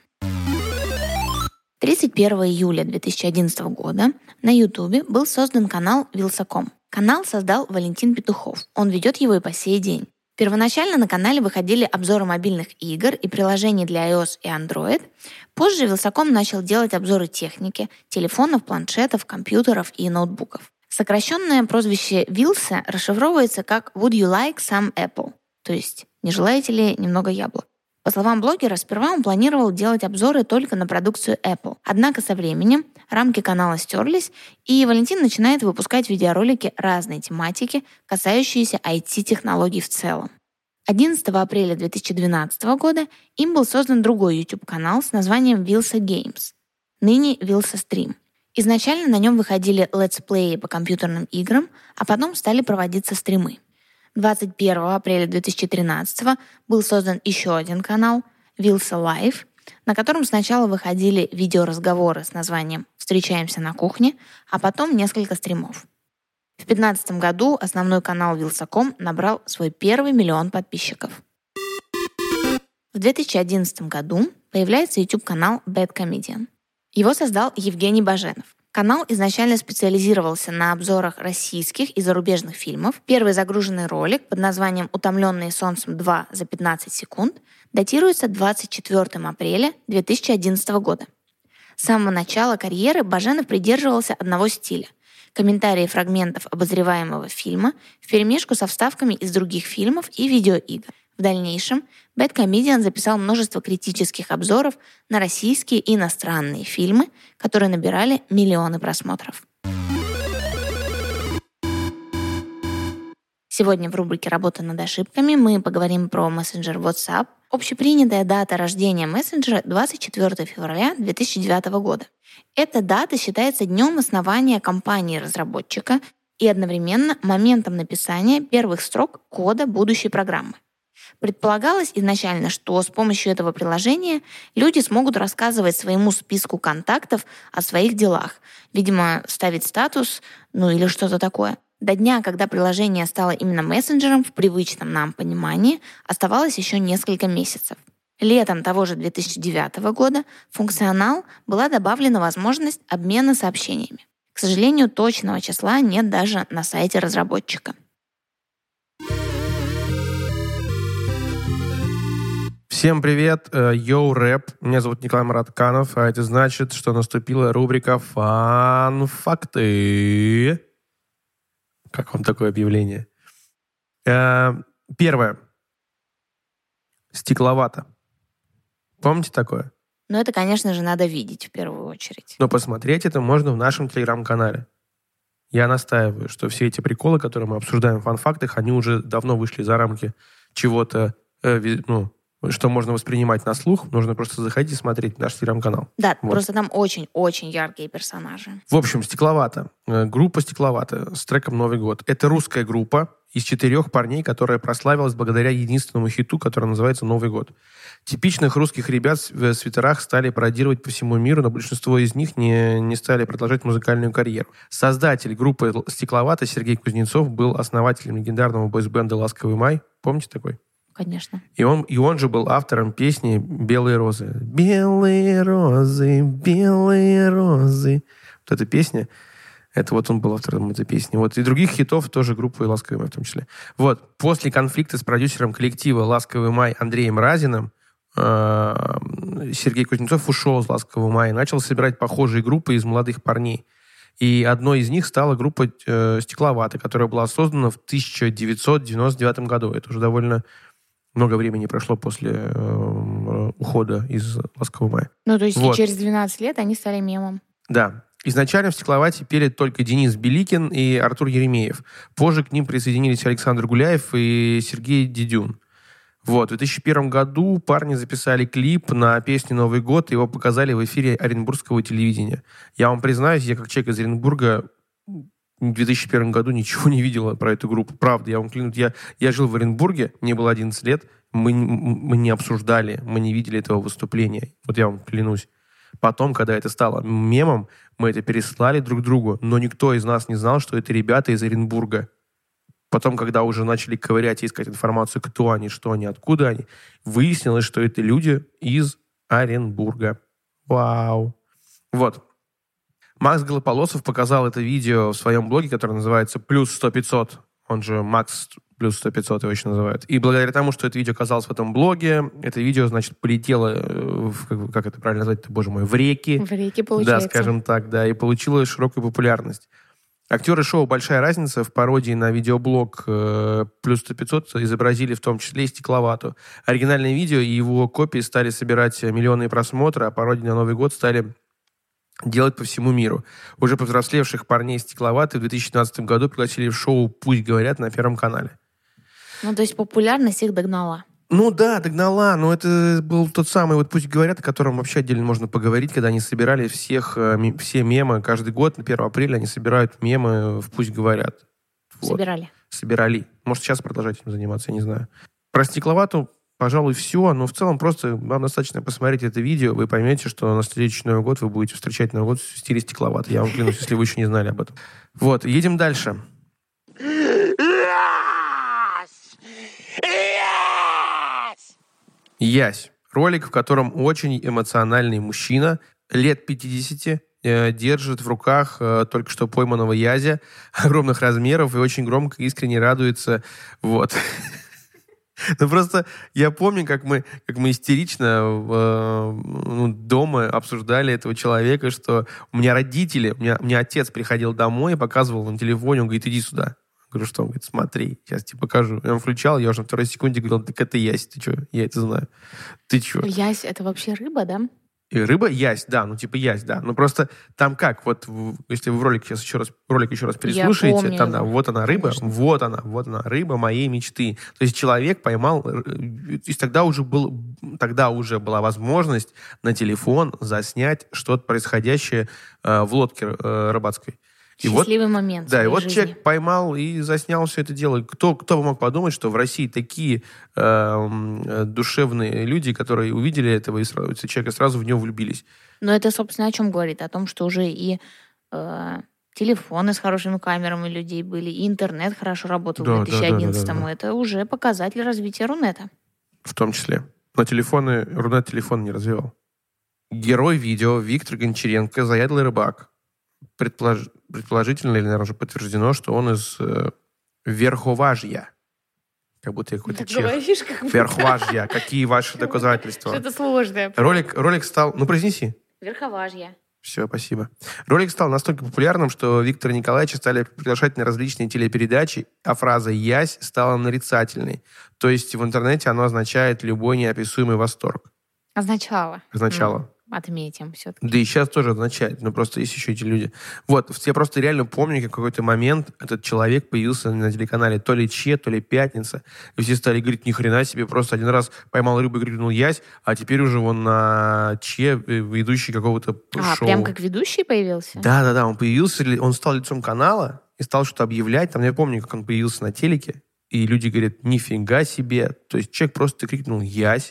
31 июля 2011 года на YouTube был создан канал Вилсаком. Канал создал Валентин Петухов. Он ведет его и по сей день. Первоначально на канале выходили обзоры мобильных игр и приложений для iOS и Android. Позже Вилсаком начал делать обзоры техники, телефонов, планшетов, компьютеров и ноутбуков. Сокращенное прозвище Вилса расшифровывается как «Would you like some Apple?», то есть Не желаете ли немного яблок? По словам блогера, сперва он планировал делать обзоры только на продукцию Apple. Однако со временем рамки канала стерлись, и Валентин начинает выпускать видеоролики разной тематики, касающиеся IT-технологий в целом. 11 апреля 2012 года им был создан другой YouTube-канал с названием Вилса Games, ныне Вилса Stream. Изначально на нем выходили летсплеи по компьютерным играм, а потом стали проводиться стримы. 21 апреля 2013 был создан еще один канал Вилса Live, на котором сначала выходили видеоразговоры с названием «Встречаемся на кухне», а потом несколько стримов. В 2015 году основной канал Вилсаком набрал свой первый 1 миллион подписчиков. В 2011 году появляется YouTube-канал Bad Comedian. Его создал Евгений Баженов. Канал изначально специализировался на обзорах российских и зарубежных фильмов. Первый загруженный ролик под названием «Утомленные солнцем 2 за 15 секунд» датируется 24 апреля 2011 года. С самого начала карьеры Баженов придерживался одного стиля – комментарии фрагментов обозреваемого фильма вперемешку со вставками из других фильмов и видеоигр. В дальнейшем Bad Comedian записал множество критических обзоров на российские и иностранные фильмы, которые набирали миллионы просмотров. Сегодня в рубрике «Работа над ошибками» мы поговорим про мессенджер WhatsApp. Общепринятая дата рождения мессенджера – 24 февраля 2009 года. Эта дата считается днем основания компании-разработчика и одновременно моментом написания первых строк кода будущей программы. Предполагалось изначально, что с помощью этого приложения люди смогут рассказывать своему списку контактов о своих делах, видимо, ставить статус, или что-то такое. До дня, когда приложение стало именно мессенджером в привычном нам понимании, оставалось еще несколько месяцев. Летом того же 2009 года в функционал была добавлена возможность обмена сообщениями. К сожалению, точного числа нет даже на сайте разработчика. Всем привет, йоу рэп, меня зовут Николай Маратканов, а это значит, что наступила рубрика «Фан-факты». Как вам такое объявление? Первое. Стекловато. Помните такое? Это, конечно же, надо видеть в первую очередь. Но посмотреть это можно в нашем телеграм-канале. Я настаиваю, что все эти приколы, которые мы обсуждаем в фан-фактах, они уже давно вышли за рамки чего-то, что можно воспринимать на слух, нужно просто заходить и смотреть наш телеграм-канал. Да, просто там очень-очень яркие персонажи. В общем, «Стекловато». Группа «Стекловато» с треком «Новый год». Это русская группа из 4 парней, которая прославилась благодаря единственному хиту, который называется «Новый год». Типичных русских ребят в свитерах стали пародировать по всему миру, но большинство из них не стали продолжать музыкальную карьеру. Создатель группы «Стекловато» Сергей Кузнецов был основателем легендарного бойс-бенда «Ласковый май». Помните такой? Конечно. И он же был автором песни «Белые розы». «Белые розы, белые розы». Вот эта песня, это он был автором этой песни. И других хитов тоже группы «Ласковый май» в том числе. После конфликта с продюсером коллектива «Ласковый май» Андреем Разиным Сергей Кузнецов ушел из «Ласкового мая» и начал собирать похожие группы из молодых парней. И одной из них стала группа «Стекловато», которая была создана в 1999 году. Это уже довольно много времени прошло после ухода из «Ласкового мая». То есть через 12 лет они стали мемом. Да. Изначально в «Стекловате» пели только Денис Беликин и Артур Еремеев. Позже к ним присоединились Александр Гуляев и Сергей Дидюн. В 2001 году парни записали клип на песню «Новый год», и его показали в эфире Оренбургского телевидения. Я вам признаюсь, я как человек из Оренбурга в 2001 году ничего не видела про эту группу. Правда, я вам клянусь. Я жил в Оренбурге, мне было 11 лет, мы не обсуждали, мы не видели этого выступления. Я вам клянусь. Потом, когда это стало мемом, мы это переслали друг другу, но никто из нас не знал, что это ребята из Оренбурга. Потом, когда уже начали ковырять и искать информацию, кто они, что они, откуда они, выяснилось, что это люди из Оренбурга. Вау. Макс Голополосов показал это видео в своем блоге, который называется «Плюс 100-500». Он же Макс плюс 100-500 его еще называют. И благодаря тому, что это видео оказалось в этом блоге, это видео, полетело, как это правильно назвать-то, боже мой, в реки. В реки, получается. Да, скажем так, да, и получило широкую популярность. Актеры шоу «Большая разница» в пародии на видеоблог «Плюс 100-500» изобразили в том числе и Стекловату. Оригинальное видео и его копии стали собирать миллионные просмотры, а пародии на Новый год стали делать по всему миру. Уже повзрослевших парней Стекловаты в 2017 году пригласили в шоу «Пусть говорят» на Первом канале. Ну, то есть популярность их догнала. Ну да, догнала, но это был тот самый, вот «Пусть говорят», о котором вообще отдельно можно поговорить, когда они собирали все мемы. Каждый год на 1 апреля они собирают мемы в «Пусть говорят». Вот. Собирали. Может, сейчас продолжать этим заниматься, я не знаю. Про Стекловату, пожалуй, все. Но в целом просто вам достаточно посмотреть это видео, вы поймете, что на следующий Новый год вы будете встречать Новый год в стиле Стекловаты. Я вам клянусь, если вы еще не знали об этом. Вот, едем дальше. Ясь. Ролик, в котором очень эмоциональный мужчина лет 50 держит в руках только что пойманного язя огромных размеров и очень громко и искренне радуется. Вот. Ну, просто я помню, как мы истерично дома обсуждали этого человека, что у меня отец приходил домой и показывал на телефоне, он говорит, иди сюда. Говорю, что? Он говорит, смотри, сейчас тебе покажу. Я включал, я уже на второй секунде говорил, так это ясь, ты что? Я это знаю. Ты что? Ясь — это вообще рыба, да? И рыба ясь, да, ясь, да. Ну просто там как, вот если вы ролик еще раз переслушаете, там, да, вот она рыба, конечно. вот она рыба моей мечты. То есть человек поймал, то есть тогда уже была возможность на телефон заснять что-то происходящее в лодке рыбацкой. Счастливый момент. Да, и вот жизни. человек поймал и заснял все это дело. Кто бы мог подумать, что в России такие душевные люди, которые увидели этого человека, сразу в него влюбились. Но это, собственно, о чем говорит? О том, что уже и телефоны с хорошими камерами людей были, и интернет хорошо работал в 2011-м. Да. Это уже показатель развития Рунета. В том числе. Но Рунет телефон не развивал. Герой видео Виктор Гончаренко, заядлый рыбак. Предположительно, или, наверное, уже подтверждено, что он из Верховажья. Как будто я какой-то чех. Говоришь, как будто. Верховажья. Какие ваши доказательства? Что-то сложное. Ролик стал... Ну, произнеси. Верховажья. Все, спасибо. Ролик стал настолько популярным, что Виктора Николаевича стали приглашать на различные телепередачи, а фраза «ясь» стала нарицательной. То есть в интернете оно означает «любой неописуемый восторг». Означало. Отметим все-таки. Да и сейчас тоже означает, но просто есть еще эти люди. Вот, я просто реально помню, как в какой-то момент этот человек появился на телеканале то ли Че, то ли Пятница, и все стали говорить, ни хрена себе, просто один раз поймал рыбу и крикнул ясь, а теперь уже он на Че ведущий какого-то шоу. Прям как ведущий появился? Да, он появился, он стал лицом канала и стал что-то объявлять. Там я помню, как он появился на телеке, и люди говорят, нифига себе. То есть человек просто крикнул ясь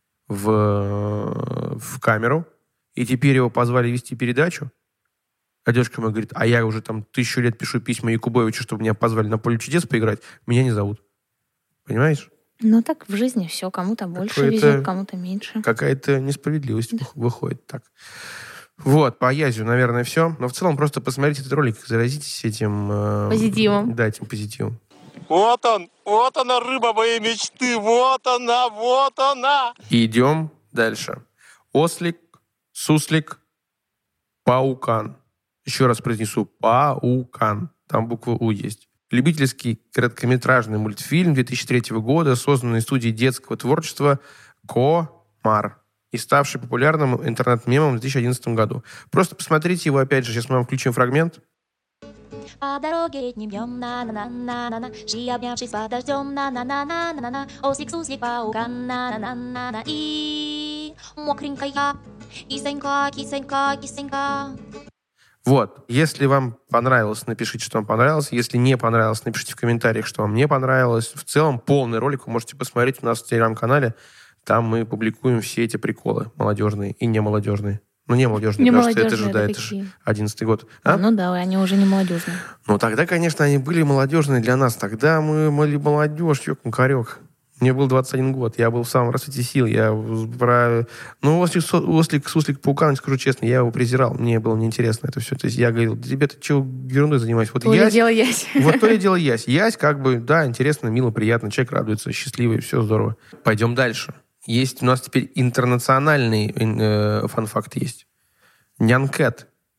в камеру, и теперь его позвали вести передачу. А девушка моя говорит, а я уже там 1000 лет пишу письма Якубовичу, чтобы меня позвали на «Поле чудес» поиграть. Меня не зовут. Понимаешь? Ну так в жизни все. Кому-то больше везет, кому-то меньше. Какая-то несправедливость выходит так. Вот, по Язю, наверное, все. Но в целом просто посмотрите этот ролик, заразитесь этим... позитивом. Да, этим позитивом. Вот она, рыба моей мечты, вот она. И идем дальше. Ослик, суслик, паукан. Еще раз произнесу. Паукан. Там буква У есть. Любительский короткометражный мультфильм 2003 года, созданный студией детского творчества Комар и ставший популярным интернет-мемом в 2011 году. Просто посмотрите его опять же. Сейчас мы вам включим фрагмент. По дороге днем днем на-на-на-на-на-на, шли обнявшись под дождем на-на-на-на-на-на, ослик, суслик, паукан на-на-на-на-на, и мокренькая кисонька, кисонька, кисонька. Вот. Если вам понравилось, напишите, что вам понравилось. Если не понравилось, напишите в комментариях, что вам не понравилось. В целом, полный ролик вы можете посмотреть у нас в телеграм-канале. Там мы публикуем все эти приколы молодежные и не молодежные. Ну, не молодежные, потому что это же 11-й год. Ну да, они уже не молодежные. Ну, тогда, конечно, они были молодежные для нас. Тогда мы были молодежь, ёк-макарёк. Мне был 21 год, я был в самом расцвете сил. Ну, ослик, суслик, паукан, скажу честно, я его презирал. Мне было неинтересно это все. То есть я говорил, тебе ты чего ерундой занимаешься? Вот то ли дело ясь. Вот то ли дело ясь. Ясь как бы, да, интересно, мило, приятно. Человек радуется, счастливый, все здорово. Пойдем дальше. Есть у нас теперь интернациональный фан-факт есть. Нянкэт.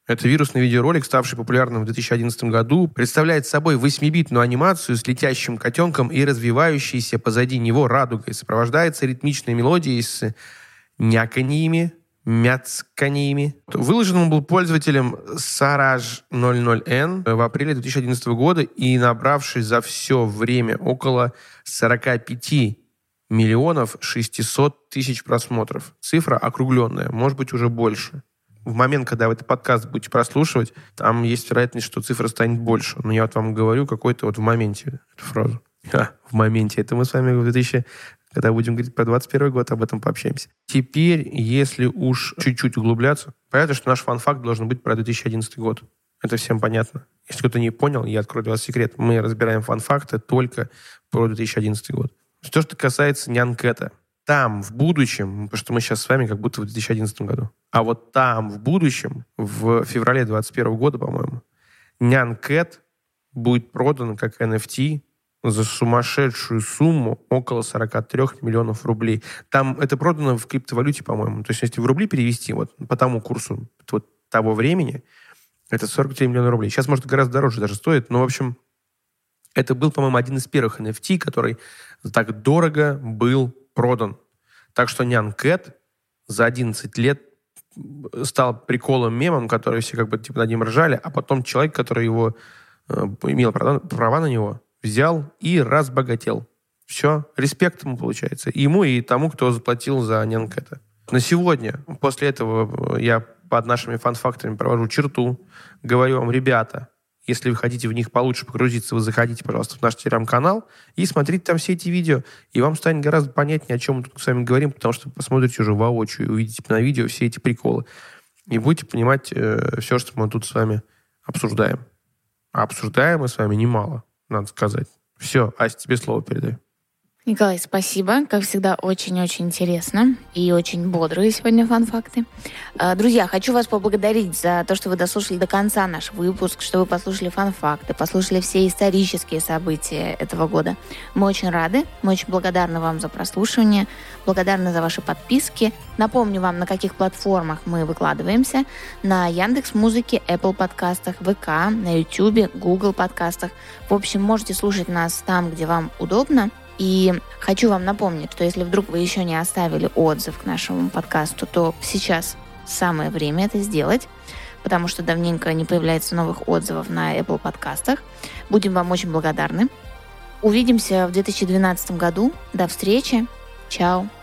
Это вирусный видеоролик, ставший популярным в 2011 году, представляет собой 8-битную анимацию с летящим котенком и развивающейся позади него радугой. Сопровождается ритмичной мелодией с няканьями, мяцканьями. Выложен он был пользователем Saraj00N в апреле 2011 года и набравший за все время около 45 миллионов 600 тысяч просмотров. Цифра округленная, может быть, уже больше. В момент, когда вы этот подкаст будете прослушивать, там есть вероятность, что цифра станет больше. Но я вот вам говорю какой-то вот в моменте эту фразу. В моменте. Это мы с вами когда будем говорить про 21 год, об этом пообщаемся. Теперь, если уж чуть-чуть углубляться, понятно, что наш фан-факт должен быть про 2011 год. Это всем понятно. Если кто-то не понял, я открою для вас секрет. Мы разбираем фан-факты только про 2011 год. То, что касается Нянкэта. Там, в будущем, потому что мы сейчас с вами как будто в 2011 году, а вот там, в будущем, в феврале 2021 года, по-моему, Нянкэт будет продан как NFT за сумасшедшую сумму около 43 миллионов рублей. Там это продано в криптовалюте, по-моему. То есть, если в рубли перевести вот по тому курсу вот того времени, это 43 миллиона рублей. Сейчас, может, гораздо дороже даже стоит, но, в общем, это был, по-моему, один из первых NFT, который так дорого был продан. Так что Нянкэт за 11 лет стал приколом, мемом, который все как бы типа над ним ржали, а потом человек, который его имел права на него, взял и разбогател. Все, респект ему получается. И ему, и тому, кто заплатил за Нянкэта. На сегодня, после этого, я под нашими фан-фактами провожу черту, говорю вам, ребята, если вы хотите в них получше погрузиться, вы заходите, пожалуйста, в наш телеграм-канал и смотрите там все эти видео, и вам станет гораздо понятнее, о чем мы тут с вами говорим, потому что вы посмотрите уже воочию и увидите на видео все эти приколы. И будете понимать все, что мы тут с вами обсуждаем. А обсуждаем мы с вами немало, надо сказать. Все, Ась, тебе слово передаю. Николай, спасибо. Как всегда, очень-очень интересно и очень бодрые сегодня фан-факты. Друзья, хочу вас поблагодарить за то, что вы дослушали до конца наш выпуск, что вы послушали фан-факты, послушали все исторические события этого года. Мы очень рады, мы очень благодарны вам за прослушивание, благодарны за ваши подписки. Напомню вам, на каких платформах мы выкладываемся. На Яндекс.Музыке, Apple подкастах, ВК, на YouTube, Google подкастах. В общем, можете слушать нас там, где вам удобно. И хочу вам напомнить, что если вдруг вы еще не оставили отзыв к нашему подкасту, то сейчас самое время это сделать, потому что давненько не появляется новых отзывов на Apple подкастах. Будем вам очень благодарны. Увидимся в 2012 году. До встречи. Чао.